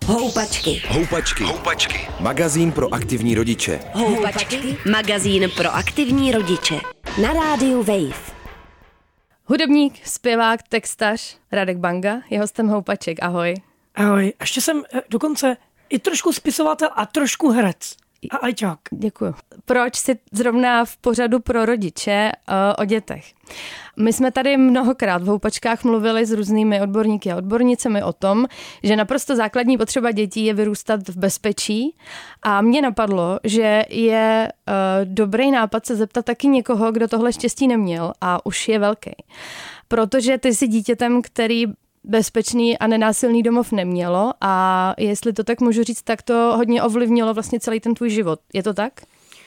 Houpačky. Magazín pro aktivní rodiče. Houpačky. Magazín pro aktivní rodiče. Na rádiu Wave. Hudebník, zpěvák, textař Radek Banga je hostem Houpaček. Ahoj. Ahoj. Ještě jsem dokonce i trošku spisovatel a trošku herec. A ajťák. Děkuju. Proč jsi zrovna v pořadu pro rodiče o dětech? My jsme tady mnohokrát v Houpačkách mluvili s různými odborníky a odbornicemi o tom, že naprosto základní potřeba dětí je vyrůstat v bezpečí a mě napadlo, že je dobrý nápad se zeptat taky někoho, kdo tohle štěstí neměl a už je velký. Protože ty jsi dítětem, který bezpečný a nenásilný domov nemělo a jestli to tak můžu říct, tak to hodně ovlivnilo vlastně celý ten tvůj život. Je to tak?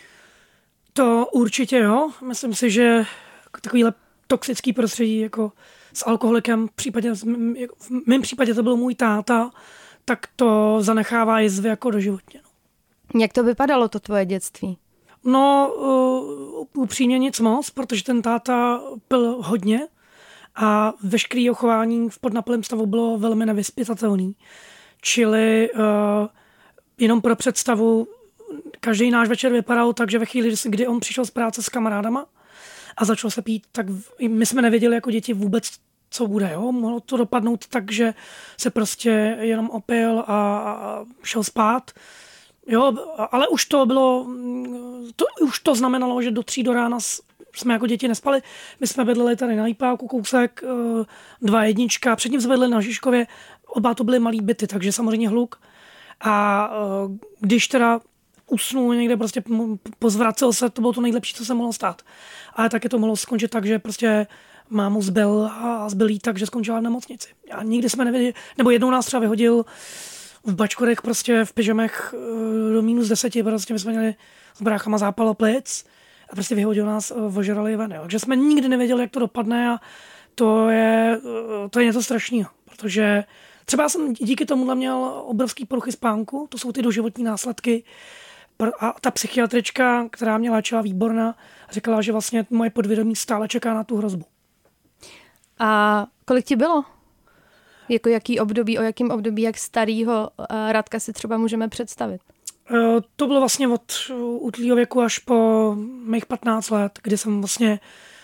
To určitě jo. Myslím si, že takovýhle toxický prostředí jako s alkoholikem, v mém případě to byl můj táta, tak to zanechává jizvy jako doživotně. Jak to vypadalo, to tvoje dětství? No, upřímně nic moc, protože ten táta pil hodně a veškeré jeho chování v podnapilém stavu bylo velmi nevyzpytatelné. Čili jenom pro představu, každý náš večer vypadal tak, že ve chvíli, kdy on přišel z práce s kamarádama a začal se pít, tak my jsme nevěděli jako děti vůbec, co bude. Jo? Mohlo to dopadnout tak, že se prostě jenom opil a šel spát. Jo, ale už to bylo, už to znamenalo, že do 3 do rána jsme jako děti nespali. My jsme bydleli tady na Lípáku, kousek, 2 jednička, předtím jsme bydleli na Žižkově, oba to byly malý byty, takže samozřejmě hluk. A když teda usnul někde, prostě pozvracel se, to bylo to nejlepší, co se mohlo stát. Ale taky to mohlo skončit tak, že prostě mámu zbyl a zbyl jí tak, že skončila v nemocnici. A nikdy jsme nevěděli, nebo jednou nás třeba vyhodil v bačkorech prostě v pyžamech do -10, prostě my jsme měli s bráchama zápal plic a prostě vyhodil nás, ožrali ven. Takže jsme nikdy nevěděli, jak to dopadne a to je něco strašného, protože třeba jsem díky tomu měl obrovský poruchy spánku, to jsou ty doživotní následky a ta psychiatrička, která mě léčila, výborná, říkala, že vlastně moje podvědomí stále čeká na tu hrozbu. A kolik ti bylo? Jako jaký období, o jakým období, jak starýho Radka si třeba můžeme představit? To bylo vlastně od útlýho věku až po mých 15 let, kdy jsem vlastně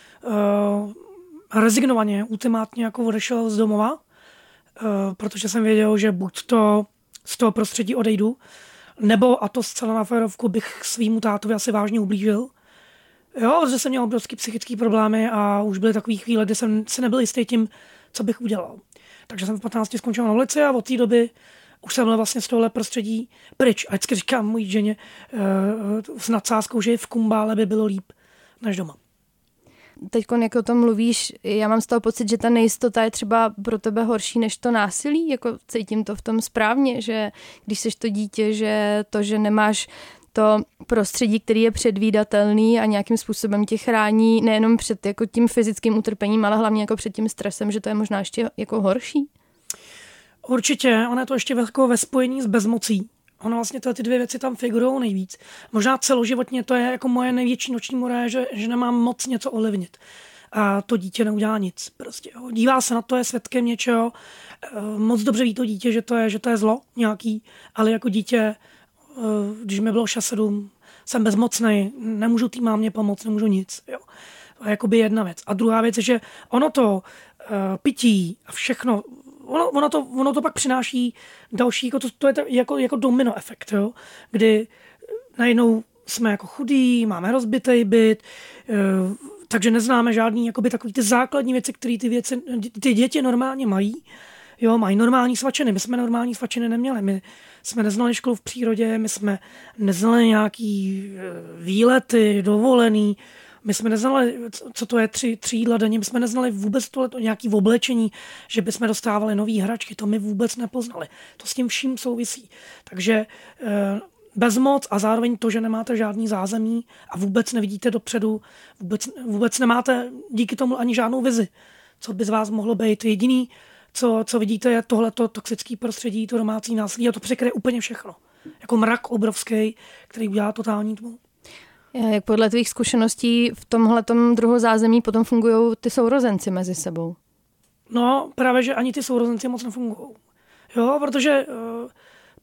rezignovaně, ultimátně jako odešel z domova, protože jsem věděl, že buď to z toho prostředí odejdu, nebo, a to zcela na férovku, bych svýmu tátovi asi vážně ublížil. Jo, že jsem měl obrovský psychický problémy a už byly takový chvíle, kdy jsem si nebyl jistý tím, co bych udělal. Takže jsem v 15 skončil na ulici a od té doby už jsem byl vlastně z tohle prostředí pryč. A vždycky říkám mojí ženě s nadsázkou, že v Kumbále by bylo líp než doma. Teď, jak o tom mluvíš, já mám z toho pocit, že ta nejistota je třeba pro tebe horší než to násilí. Jako cítím to v tom správně, že když jsi to dítě, že to, že nemáš to prostředí, který je předvídatelný a nějakým způsobem tě chrání nejenom před jako tím fyzickým utrpením, ale hlavně jako před tím stresem, že to je možná ještě jako horší? Určitě, ono je to ještě jako ve spojení s bezmocí. Ono vlastně ty 2 věci tam figurujou nejvíc. Možná celoživotně to je jako moje největší noční mora, že nemám moc něco ovlivnit. A to dítě neudělá nic. Prostě, jo. Dívá se na to, je svědkem něčeho. Moc dobře ví to dítě, že to je zlo nějaký, ale jako dítě, když mi bylo 6-7, jsem bezmocnej, nemůžu tý mámě pomoct, nemůžu nic. Jo. To je jakoby jedna věc. A druhá věc je, že ono to pití a všechno, ono to pak přináší další, to je jako domino efekt, jo? Kdy najednou jsme jako chudí, máme rozbitej byt, takže neznáme žádný jakoby takový ty základní věci, které ty děti normálně mají. Jo, mají normální svačiny. My jsme normální svačiny neměli. My jsme neznali školu v přírodě, my jsme neznali nějaký výlety, dovolený. My jsme neznali, co to je 3 jídla denně. My jsme neznali vůbec tohleto nějaké oblečení, že bychom dostávali nové hračky. To my vůbec nepoznali. To s tím vším souvisí. Takže bezmoc a zároveň to, že nemáte žádný zázemí a vůbec nevidíte dopředu, vůbec nemáte díky tomu ani žádnou vizi, co by z vás mohlo být. Jediný, co vidíte, je tohleto toxické prostředí, to domácí násilí a to překryje úplně všechno. Jako mrak obrovský, který udělá totální tmu. Jak podle tvých zkušeností v tomhletom druhu zázemí potom fungují ty sourozenci mezi sebou? No, právě, že ani ty sourozenci moc nefungují. Jo, protože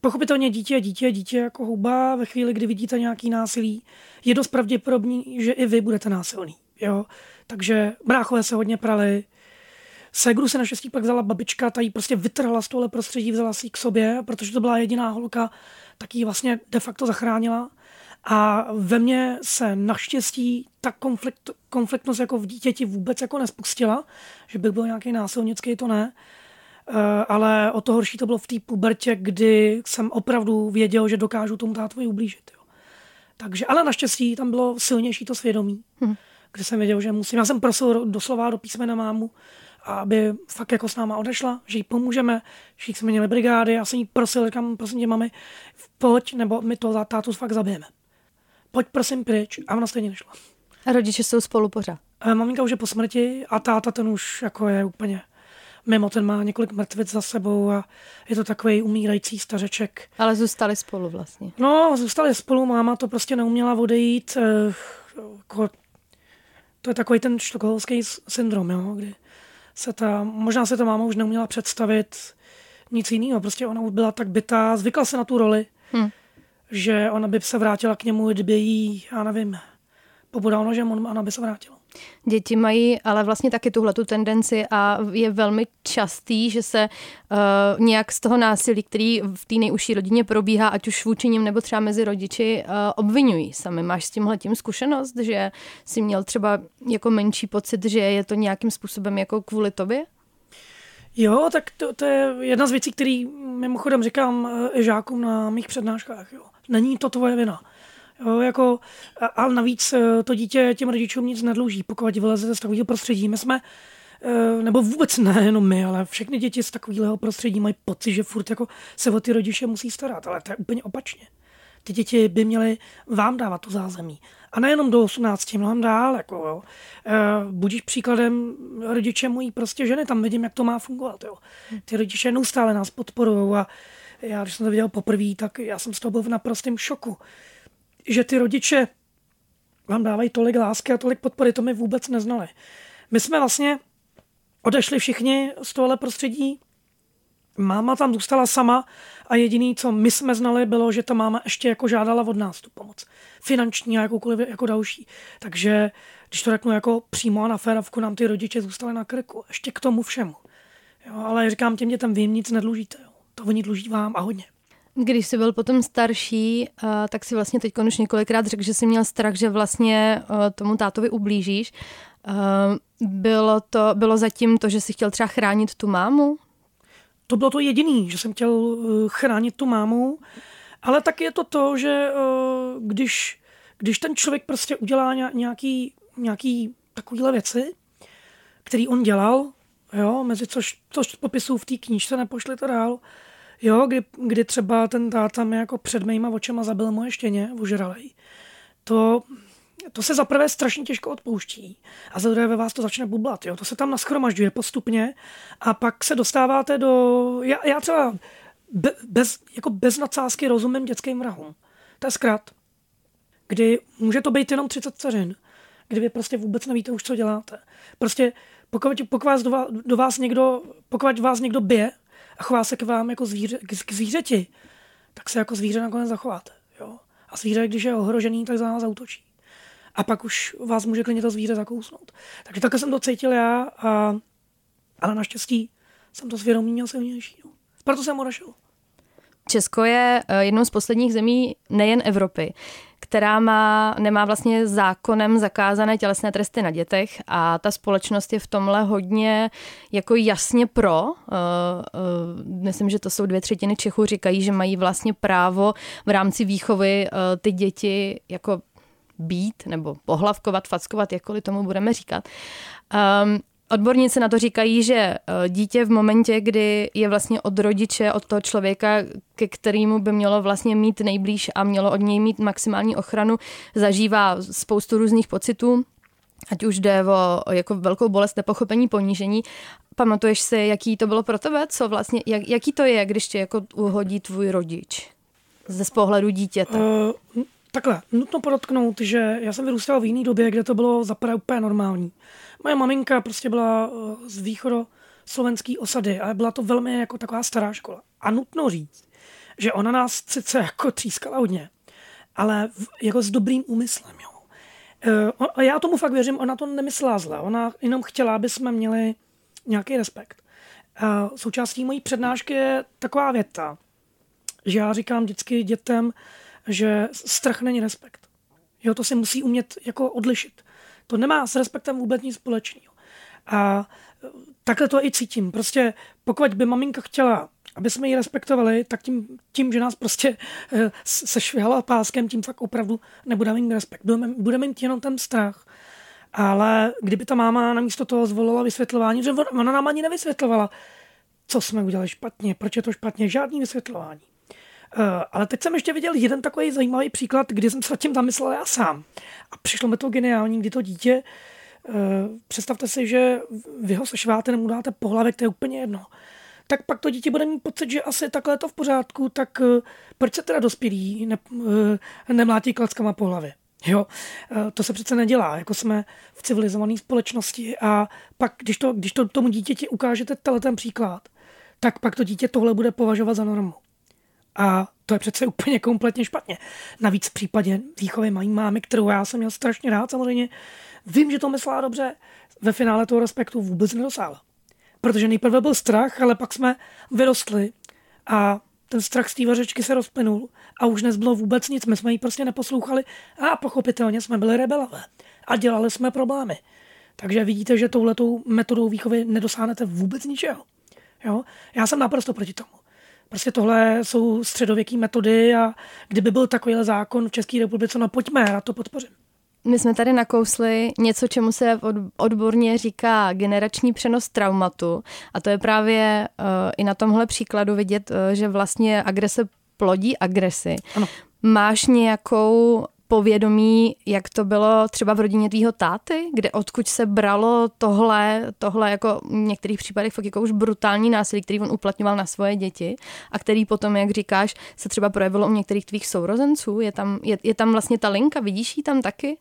pochopitelně dítě jako houba, ve chvíli, kdy vidíte nějaký násilí, je dost pravděpodobný, že i vy budete násilný. Jo? Takže bráchové se hodně prali. Ségru se naštěstí pak vzala babička, ta jí prostě vytrhla z tohle prostředí, vzala si ji k sobě, protože to byla jediná holka, tak ji vlastně de facto zachránila. A ve mně se naštěstí ta konfliktnost jako v dítěti vůbec jako nespustila, že bych byl nějaký násilnický, to ne. Ale o to horší to bylo v té pubertě, kdy jsem opravdu věděl, že dokážu tomu tátovi ublížit. Jo. Takže, ale naštěstí tam bylo silnější to svědomí, kdy jsem věděl, že musím. Já jsem prosil doslova do písmena mámu, aby fakt jako s náma odešla, že jí pomůžeme, všichni jsme měli brigády, já jsem jí prosil, říkám, prosím tě, mami, pojď, nebo my to tátu fakt zabijeme. Pojď prosím pryč, a ona stejně nešla. A rodiče jsou spolu pořád? Maminka už je po smrti a táta ten už jako je úplně mimo, ten má několik mrtvic za sebou a je to takový umírající stařeček. Ale zůstali spolu vlastně. No, zůstali spolu, máma to prostě neuměla odejít. To je takový ten štokholmský syndrom, jo, kdy možná se ta máma už neuměla představit nic jiného. Prostě ona už byla tak bitá, zvykla se na tu roli, že ona by se vrátila k němu, kdyby jí, já nevím, pobodal nožem, ona by se vrátila. Děti mají ale vlastně taky tuhletu tendenci a je velmi častý, že se nějak z toho násilí, který v té nejužší rodině probíhá, ať už vůči nim nebo třeba mezi rodiči, obvinují sami. Máš s tímhletím zkušenost, že jsi měl třeba jako menší pocit, že je to nějakým způsobem jako kvůli tobě? Jo, tak to je jedna z věcí, který mimochodem říkám žákům na mých přednáškách. Jo. Není to tvoje vina. Jo, jako, ale navíc to dítě těm rodičům nic nedluží, pokud vylezete z takového prostředí. My jsme, nebo vůbec ne, jenom my, ale všechny děti z takového prostředí mají pocit, že furt jako se o ty rodiče musí starat, ale to je úplně opačně. Ty děti by měly vám dávat to zázemí. A nejenom do 18, mnohem dál. Jako, jo. Budíš příkladem rodiče mojí prostě ženy, tam vidím, jak to má fungovat. Jo. Ty rodiče neustále nás podporují a já, když jsem to viděl poprvé, tak já jsem z toho byl v naprostém šoku. Že ty rodiče vám dávají tolik lásky a tolik podpory, to my vůbec neznali. My jsme vlastně odešli všichni z tohle prostředí. Máma tam zůstala sama a jediný, co my jsme znali, bylo, že ta máma ještě jako žádala od nás tu pomoc. Finanční a jakoukoliv jako další. Takže, když to řeknu jako přímo a na férovku, nám ty rodiče zůstaly na krku. Ještě k tomu všemu. Jo, ale říkám těm dětem, vy jim nic nedlužíte. Jo. To oni dluží vám a hodně. Když jsi byl potom starší, tak si vlastně teď už několikrát řekl, že jsi měl strach, že vlastně tomu tátovi ublížíš. Bylo zatím to, že jsi chtěl třeba chránit tu mámu? To bylo to jediný, že jsem chtěl chránit tu mámu, ale taky je to, že když ten člověk prostě udělá nějaký takovýhle věci, který on dělal, jo, mezi což popisuju v té knížce, nepošli to dál, jo, kdy třeba ten táta mi jako před mýma očima zabil moje štěně, ožralej. To se zaprvé strašně těžko odpouští a za druhé ve vás to začne bublat. Jo? To se tam nashromažďuje postupně a pak se dostáváte do... Já třeba bez nadsázky rozumím dětským vrahům. To je zkrat, kdy může to být jenom 30 vteřin, kdy vy prostě vůbec nevíte už, co děláte. Prostě pokud vás někdo bije a chová se k vám jako k zvířeti, tak se jako zvíře nakonec zachováte. Jo? A zvíře, když je ohrožený, tak za nás zaútočí. A pak už vás může klidně to zvíře zakousnout. Takže takhle jsem to cítil já, ale naštěstí jsem to svědomí měl silnější. No. Proto jsem odešel. Česko je jednou z posledních zemí nejen Evropy, která nemá vlastně zákonem zakázané tělesné tresty na dětech a ta společnost je v tomhle hodně jako jasně pro. Myslím, že to jsou 2/3 Čechů, říkají, že mají vlastně právo v rámci výchovy ty děti jako být nebo pohlavkovat, fackovat, jakkoliv tomu budeme říkat. Odborníci na to říkají, že dítě v momentě, kdy je vlastně od rodiče, od toho člověka, ke kterému by mělo vlastně mít nejblíž a mělo od něj mít maximální ochranu, zažívá spoustu různých pocitů, ať už jde o jako velkou bolest, nepochopení, ponížení. Pamatuješ si, jaký to bylo pro tebe? Co vlastně, jaký to je, když tě jako uhodí tvůj rodič z pohledu dítěte? Takhle, nutno podotknout, že já jsem vyrůstal v jiné době, kde to bylo zaprvé úplně normální. Moje maminka prostě byla z východoslovenské osady, ale byla to velmi jako taková stará škola. A nutno říct, že ona nás sice jako třískala hodně, ale jako s dobrým úmyslem. Jo. A já tomu fakt věřím, ona to nemyslela zle, ona jenom chtěla, aby jsme měli nějaký respekt. Součástí mojí přednášky je taková věta, že já říkám vždycky dětem, že strach není respekt. Jo, to si musí umět jako odlišit. To nemá s respektem vůbec nic společného. A takhle to i cítím. Prostě pokud by maminka chtěla, aby jsme ji respektovali, tak tím že nás prostě sešvihala páskem, tím fakt opravdu nebudeme mít respekt. Budeme mít jenom ten strach. Ale kdyby ta máma namísto toho zvolila vysvětlování, že ona nám ani nevysvětlovala, co jsme udělali špatně, proč je to špatně, žádný vysvětlování. Ale teď jsem ještě viděl jeden takový zajímavý příklad, kdy jsem se nad tím zamyslel já sám. A přišlo mi to geniální, kdy to dítě, představte si, že vy ho sešváte, nebo dáte po hlavě, to je úplně jedno. Tak pak to dítě bude mít pocit, že asi takhle je to v pořádku, tak proč se teda dospělí nemlátí klackama po hlavě? Jo, to se přece nedělá, jako jsme v civilizované společnosti a pak, když to tomu dítěti ukážete ten příklad, tak pak to dítě tohle bude považovat za normu. A to je přece úplně kompletně špatně. Navíc v případě výchovy mojí mámy, kterou já jsem měl strašně rád, samozřejmě vím, že to myslela dobře, ve finále toho respektu vůbec nedosáhla. Protože nejprve byl strach, ale pak jsme vyrostli a ten strach z té vařečky se rozplynul a už nezbylo vůbec nic. My jsme ji prostě neposlouchali a pochopitelně jsme byli rebelové a dělali jsme problémy. Takže vidíte, že touhletou metodou výchovy nedosáhnete vůbec ničeho. Jo? Já jsem naprosto proti tomu. Prostě tohle jsou středověké metody a kdyby byl takovýhle zákon v České republice, no pojďme, já to podpořím. My jsme tady nakousli něco, čemu se odborně říká generační přenos traumatu a to je právě i na tomhle příkladu vidět, že vlastně agrese plodí agresi. Ano. Máš nějakou povědomí, jak to bylo třeba v rodině tvýho táty, kde odkud se bralo tohle jako v některých případech fakt jako už brutální násilí, který on uplatňoval na svoje děti a který potom, jak říkáš, se třeba projevilo u některých tvých sourozenců. Je tam vlastně ta linka, vidíš ji tam taky?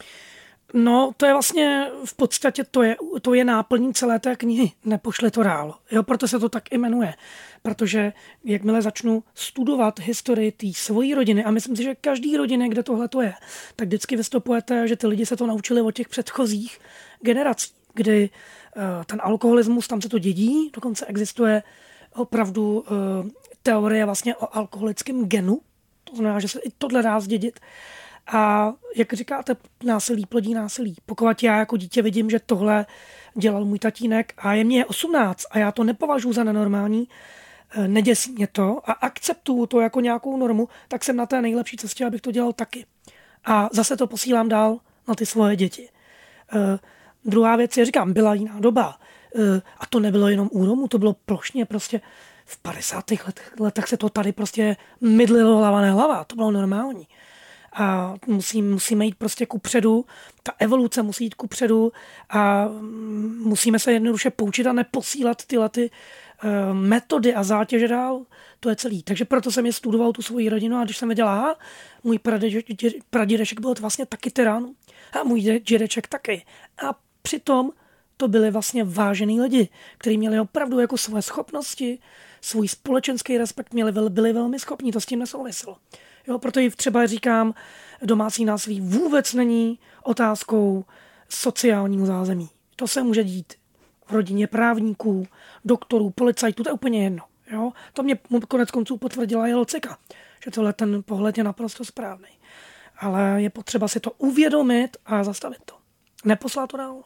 No, to je vlastně v podstatě, to je náplní celé té knihy, Nepošli to dál. Jo, proto se to tak jmenuje. Protože jakmile začnu studovat historii té svojí rodiny, a myslím si, že každý rodiny, kde tohle to je, tak vždycky vystupujete, že ty lidi se to naučili od těch předchozích generací, kdy ten alkoholismus, tam se to dědí, dokonce existuje opravdu teorie vlastně o alkoholickém genu, to znamená, že se i tohle dá zdědit. A jak říkáte, násilí plodí násilí. Pokud já jako dítě vidím, že tohle dělal můj tatínek a je mě 18 a já to nepovažuji za nenormální, neděsí mě to a akceptuju to jako nějakou normu, tak jsem na té nejlepší cestě, abych to dělal taky. A zase to posílám dál na ty svoje děti. Druhá věc je, říkám, byla jiná doba. A to nebylo jenom u Romů, to bylo plošně prostě v 50. letech se to tady prostě mydlilo hlava nehlava. To bylo normální. A musíme jít prostě kupředu, ta evoluce musí jít kupředu a musíme se jednoduše poučit a neposílat tyhle metody a zátěže dál. To je celý. Takže proto jsem studoval tu svoji rodinu a když jsem viděla, můj pradědeček byl vlastně taky tyran a můj dědeček taky. A přitom to byli vlastně vážený lidi, kteří měli opravdu jako své schopnosti, svůj společenský respekt byli velmi schopní, to s tím nesouviselo. Jo, proto i třeba říkám, domácí násilí vůbec není otázkou sociálního zázemí. To se může dít v rodině právníků, doktorů, policajtů, to je úplně jedno. Jo? To mě konec konců potvrdila i Locika, že tohle ten pohled je naprosto správný. Ale je potřeba si to uvědomit a zastavit to. Neposlat to dál.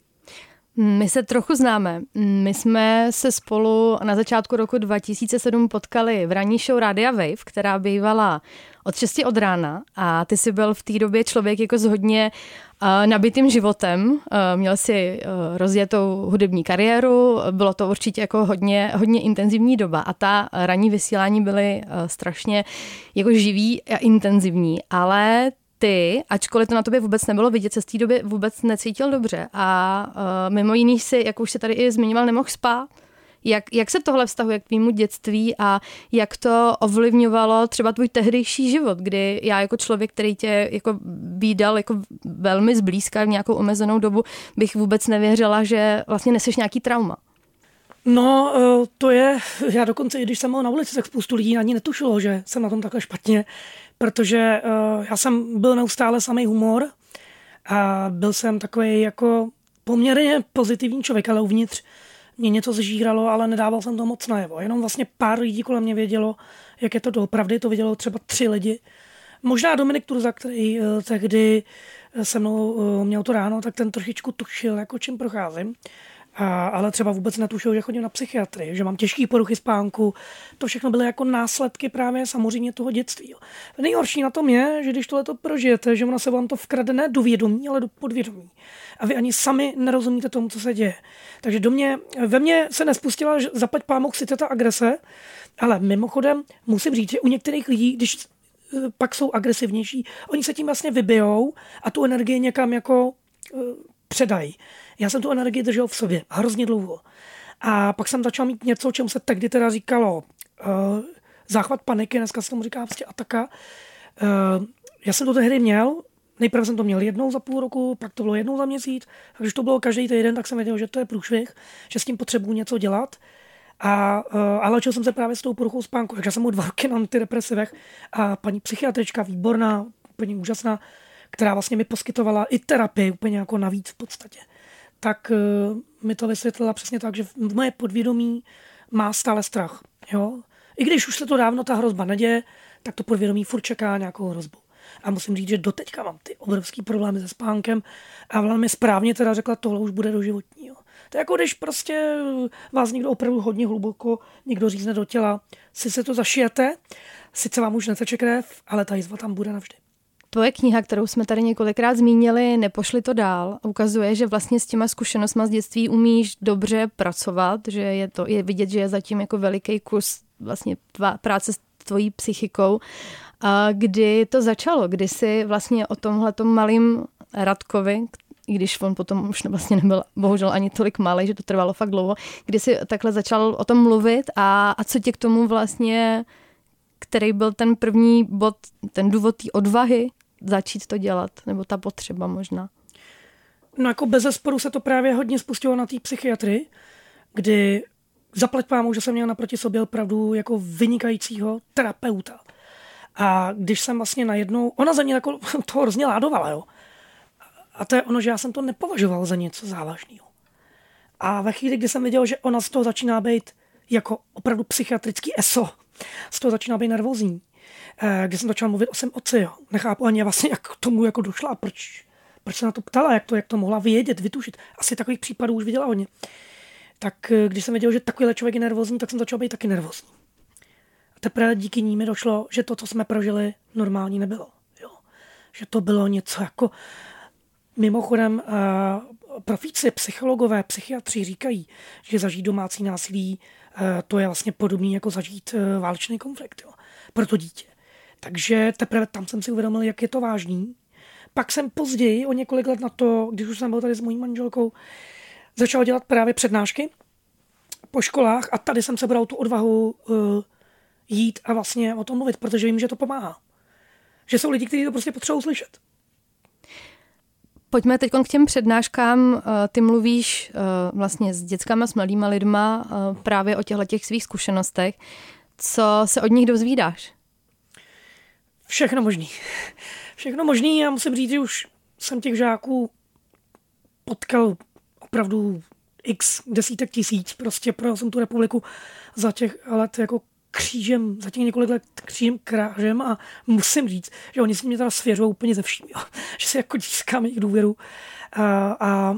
My se trochu známe. My jsme se spolu na začátku roku 2007 potkali v ranní show Rádia Wave, která bývala od 6 od rána a ty jsi byl v té době člověk jako s hodně nabitým životem. Měl si rozjetou hudební kariéru, bylo to určitě jako hodně intenzivní doba a ta ranní vysílání byly strašně jako živý a intenzivní, ale ty, ačkoliv to na tobě vůbec nebylo vidět, se z té doby vůbec necítil dobře a mimo jiných si, jak už se tady i zmiňoval, nemohl spát. Jak se tohle vztahuje k tvému dětství a jak to ovlivňovalo třeba tvůj tehdejší život, kdy já jako člověk, který tě jako vídal jako velmi zblízka nějakou omezenou dobu, bych vůbec nevěřila, že vlastně neseš nějaký trauma? No, to je, já dokonce, i když jsem byl na ulici, tak spoustu lidí ani netušilo, že jsem na tom takhle špatně, protože já jsem byl neustále samý humor a byl jsem takový jako poměrně pozitivní člověk, ale uvnitř mě něco zžíralo, ale nedával jsem to moc najevo. Jenom vlastně pár lidí kolem mě vědělo, jak je to doopravdy, to vidělo třeba 3 lidi. Možná Dominik Turza, který tehdy se mnou měl to ráno, tak ten trošičku tušil, jako čím procházím. Ale třeba vůbec netušil, že chodím na psychiatrii, že mám těžké poruchy spánku. To všechno byly jako následky právě samozřejmě toho dětství. Nejhorší na tom je, že když tohleto prožijete, že ona se vám to vkrade ne do vědomí, ale do podvědomí. A vy ani sami nerozumíte tomu, co se děje. Takže ve mně se nespustila zaplať pánbůh sice ta agrese, ale mimochodem musím říct, že u některých lidí, když pak jsou agresivnější, oni se tím vlastně vybijou a tu energii někam jako předají. Já jsem tu energii držel v sobě hrozně dlouho. A pak jsem začal mít něco, čemu se tehdy teda říkalo záchvat paniky, dneska se tomu říká prostě ataka. Já jsem to tehdy měl, nejprve jsem to měl jednou za půl roku, pak to bylo jednou za měsíc. A když to bylo každý týden, tak jsem věděl, že to je průšvih, že s tím potřebuji něco dělat. A léčil jsem se právě s tou poruchou spánku. Takže jsem mu 2 roky na antidepresivech a paní psychiatrička, výborná, úplně úžasná, která vlastně mi poskytovala i terapii úplně jako navíc v podstatě, tak mi to vysvětlila přesně tak, že v moje podvědomí má stále strach. Jo? I když už se to dávno ta hrozba neděje, tak to podvědomí furt čeká nějakou hrozbu. A musím říct, že doteďka mám ty obrovský problémy se spánkem a ona mi správně teda řekla, tohle už bude doživotní. To je jako když prostě vás někdo opravdu hodně hluboko někdo řízne do těla, si se to zašijete, sice vám už neteče krev, ale ta jizva tam bude navždy. Tvoje kniha, kterou jsme tady několikrát zmínili, Nepošli to dál, ukazuje, že vlastně s těma zkušenostma z dětství umíš dobře pracovat, že je vidět, že je zatím jako veliký kus vlastně práce s tvojí psychikou. A kdy to začalo? Kdy jsi vlastně o tomhletom malým Radkovi, i když on potom už vlastně nebyl bohužel ani tolik malý, že to trvalo fakt dlouho, kdy jsi takhle začal o tom mluvit a co tě k tomu vlastně, který byl ten první bod, ten důvod té odvahy začít to dělat, nebo ta potřeba možná? No jako bezesporu se to právě hodně spustilo na té psychiatrii, kdy zaplať pánbůh, že jsem měl naproti sobě opravdu jako vynikajícího terapeuta. A když jsem vlastně najednou, ona za mě jako to hrozně ládovala, jo. A to je ono, že já jsem to nepovažoval za něco závažného. A ve chvíli, kdy jsem viděl, že ona z toho začíná být jako opravdu psychiatrický ESO, z toho začíná být nervózní, když jsem začal mluvit o svém otci, jo. Nechápu ani vlastně, jak k tomu jako došla, proč se na to ptala, jak to mohla vědět, vytušit. Asi takových případů už viděla hodně. Tak když jsem viděl, že takovýhle člověk je nervózní, tak jsem začal být taky nervózní. A teprve díky ní mi došlo, že to, co jsme prožili, normální nebylo. Jo. Že to bylo něco jako... Mimochodem, profíci, psychologové, psychiatři říkají, že zažít domácí násilí, to je vlastně podobný jako zažít válečný konflikt, jo, pro to dítě. Takže teprve tam jsem si uvědomil, jak je to vážný. Pak jsem později, o několik let na to, když už jsem byl tady s mojí manželkou, začal dělat právě přednášky po školách a tady jsem sebral tu odvahu jít a vlastně o tom mluvit, protože vím, že to pomáhá. Že jsou lidi, kteří to prostě potřebují slyšet. Pojďme teď k těm přednáškám. Ty mluvíš vlastně s dětskama, s mladýma lidma právě o těch svých zkušenostech. Co se od nich dozvídáš? Všechno možný. Všechno možný. Já musím říct, že už jsem těch žáků potkal opravdu x desítek tisíc. Prostě projel jsem tu republiku za těch let jako křížem, za těch několik let křížem krážem a musím říct, že oni si mě teda svěřují úplně ze vším, jo. Že si jako získám jejich důvěru a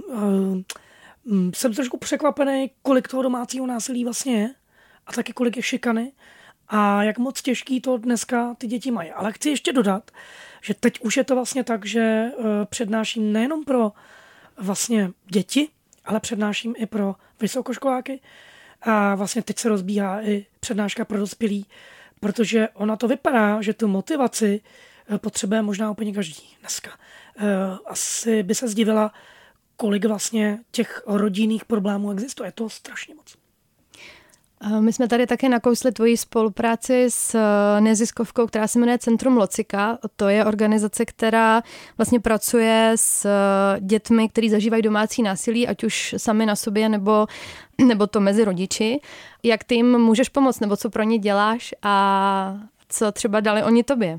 jsem trošku překvapený, kolik toho domácího násilí vlastně je a taky kolik je šikany a jak moc těžký to dneska ty děti mají. Ale chci ještě dodat, že teď už je to vlastně tak, že přednáším nejenom pro vlastně děti, ale přednáším i pro vysokoškoláky. A vlastně teď se rozbíhá i přednáška pro dospělí, protože ona to vypadá, že tu motivaci potřebuje možná úplně každý dneska. Asi by se zdivila, kolik vlastně těch rodinných problémů existuje. Je to strašně moc. My jsme tady také nakousli tvoji spolupráci s neziskovkou, která se jmenuje Centrum Locika. To je organizace, která vlastně pracuje s dětmi, kteří zažívají domácí násilí, ať už sami na sobě, nebo to mezi rodiči. Jak ty jim můžeš pomoct, nebo co pro ně děláš a co třeba dali oni tobě?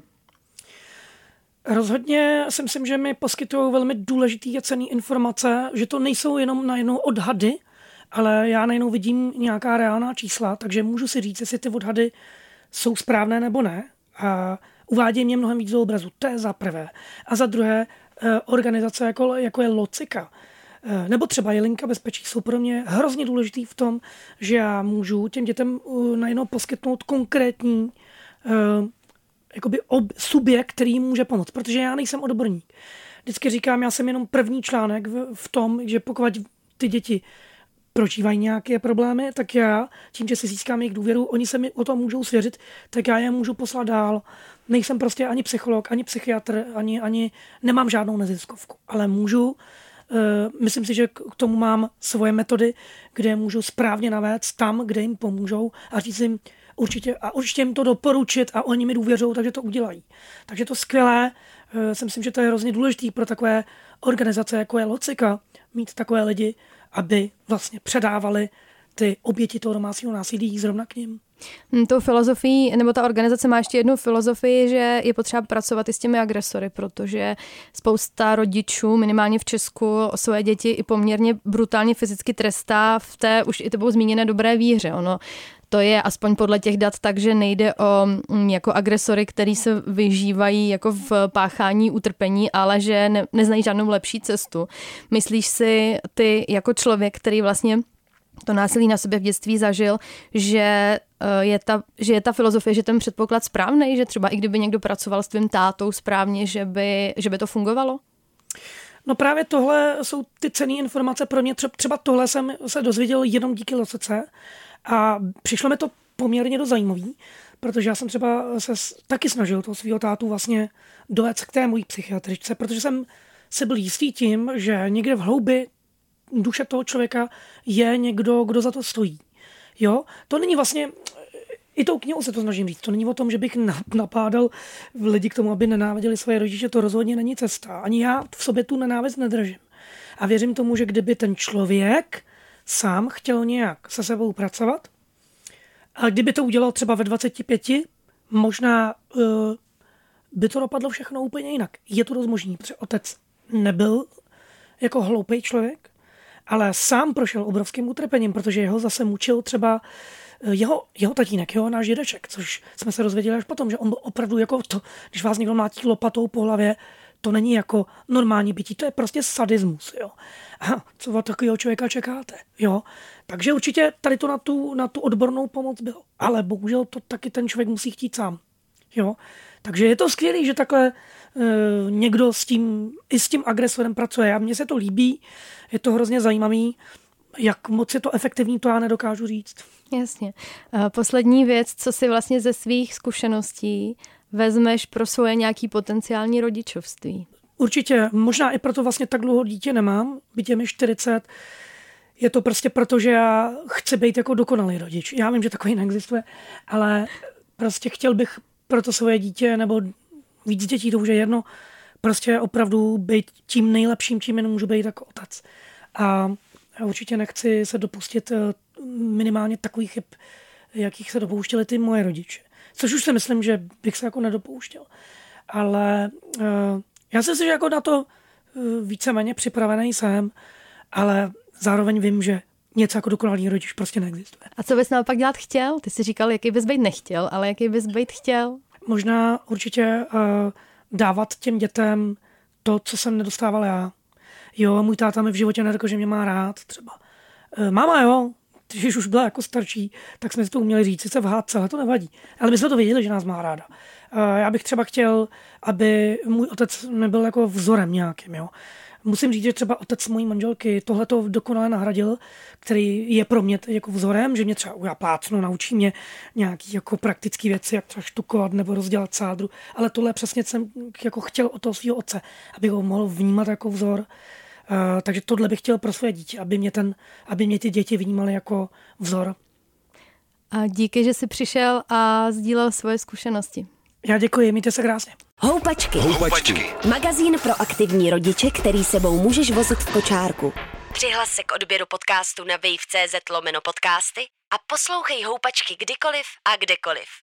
Rozhodně si myslím, že mi poskytují velmi důležitý a cenný informace, že to nejsou jenom najednou odhady, ale já najednou vidím nějaká reálná čísla, takže můžu si říct, jestli ty odhady jsou správné nebo ne. A uvádějí mě mnohem víc do obrazu. To je za prvé. A za druhé, organizace jako je Locika, nebo třeba Jelinka bezpečí jsou pro mě hrozně důležitý v tom, že já můžu těm dětem najednou poskytnout konkrétní subjekt, který jim může pomoct, protože já nejsem odborník. Vždycky říkám, já jsem jenom první článek v tom, že pokud ty děti prožívají nějaké problémy, tak já, tím, že si získám jejich důvěru, oni se mi o tom můžou svěřit, tak já je můžu poslat dál. Nejsem prostě ani psycholog, ani psychiatr, ani nemám žádnou neziskovku, ale můžu, myslím si, že k tomu mám svoje metody, kde je můžu správně navést tam, kde jim pomůžou a říct jim určitě jim to doporučit a oni mi důvěřují, takže to udělají. Takže to skvělé, si myslím, že to je hrozně důležité pro takové organizace, jako je Locika, mít takové lidi, aby vlastně předávali ty oběti toho domácího násilí zrovna k nim. Tou filozofií, nebo ta organizace má ještě jednu filozofii, že je potřeba pracovat i s těmi agresory, protože spousta rodičů, minimálně v Česku, své děti i poměrně brutálně fyzicky trestá v té už i tebou zmíněné dobré víře. Ono to je aspoň podle těch dat, takže nejde o jako agresory, který se vyžívají jako v páchání utrpení, ale že neznají žádnou lepší cestu. Myslíš si ty jako člověk, který vlastně to násilí na sobě v dětství zažil, že je ta filozofie, že ten předpoklad správný, že třeba i kdyby někdo pracoval s tvým tátou správně, že by to fungovalo? No právě tohle jsou ty cenné informace pro mě. Třeba tohle jsem se dozvěděl jenom díky Locice a přišlo mi to poměrně dost zajímavý, protože já jsem třeba se taky snažil toho svého tátu vlastně dovést k té mojí psychiatričce, protože jsem si byl jistý tím, že někde v hloubi duše toho člověka je někdo, kdo za to stojí. Jo? To není vlastně, i tou knihou se to snažím říct, to není o tom, že bych napádal lidi k tomu, aby nenáviděli svoje rodiče, to rozhodně není cesta. Ani já v sobě tu nenávist nedržím. A věřím tomu, že kdyby ten člověk sám chtěl nějak se sebou pracovat, a kdyby to udělal třeba ve 25, možná by to dopadlo všechno úplně jinak. Je to dost možný, protože otec nebyl jako hloupý člověk, ale sám prošel obrovským utrpením, protože jeho zase mučil třeba jeho tatínek, náš dědeček, což jsme se dozvěděli až potom, že on byl opravdu jako to, když vás někdo mlátí lopatou po hlavě, to není jako normální bytí, to je prostě sadismus, jo. A co od takového člověka čekáte, jo. Takže určitě tady to na tu odbornou pomoc bylo, ale bohužel to taky ten člověk musí chtít sám, jo. Takže je to skvělý, že takhle někdo i s tím agresorem pracuje. A mně se to líbí, je to hrozně zajímavý. Jak moc je to efektivní, to já nedokážu říct. Jasně. Poslední věc, co si vlastně ze svých zkušeností vezmeš pro svoje nějaký potenciální rodičovství? Určitě. Možná i proto vlastně tak dlouho dítě nemám, byť je mi 40. Je to prostě proto, že já chci být jako dokonalý rodič. Já vím, že takový neexistuje, ale prostě chtěl bych pro to svoje dítě nebo víc dětí, to už je jedno, prostě opravdu být tím nejlepším, čím jen můžu být jako otec. A já určitě nechci se dopustit minimálně takových chyb, jakých se dopouštěli ty moje rodiče. Což už si myslím, že bych se jako nedopouštěl. Ale já si myslím, že jako na to víceméně připravený jsem, ale zároveň vím, že něco jako dokonalý rodič prostě neexistuje. A co bys naopak dělat chtěl? Ty jsi říkal, jaký bys být nechtěl, ale jaký bys být chtěl? Možná určitě dávat těm dětem to, co jsem nedostával já. Jo, můj táta mi v životě neřekl, že mě má rád třeba. Máma, jo, když už byla jako starší, tak jsme si to uměli říct, sice v hádce, ale to nevadí. Ale my jsme to věděli, že nás má ráda. Já bych třeba chtěl, aby můj otec mi byl jako vzorem nějakým, jo. Musím říct, že třeba otec mojí manželky tohleto dokonale nahradil, který je pro mě jako vzorem, že mě třeba já plácnu, naučí mě nějaký jako praktické věci, jak třeba štukovat nebo rozdělat sádru, ale tohle přesně jsem jako chtěl od toho svého otce, abych ho mohl vnímat jako vzor. Takže tohle bych chtěl pro své dítě, aby mě ty děti vnímaly jako vzor. A díky, že jsi přišel a sdílel svoje zkušenosti. Já děkuji, mějte se krásně. Houpačky. Magazín pro aktivní rodiče, který sebou můžeš vozit v kočárku. Přihlas se k odběru podcastu na wave.cz/podcasty a poslouchej Houpačky kdykoliv a kdekoliv.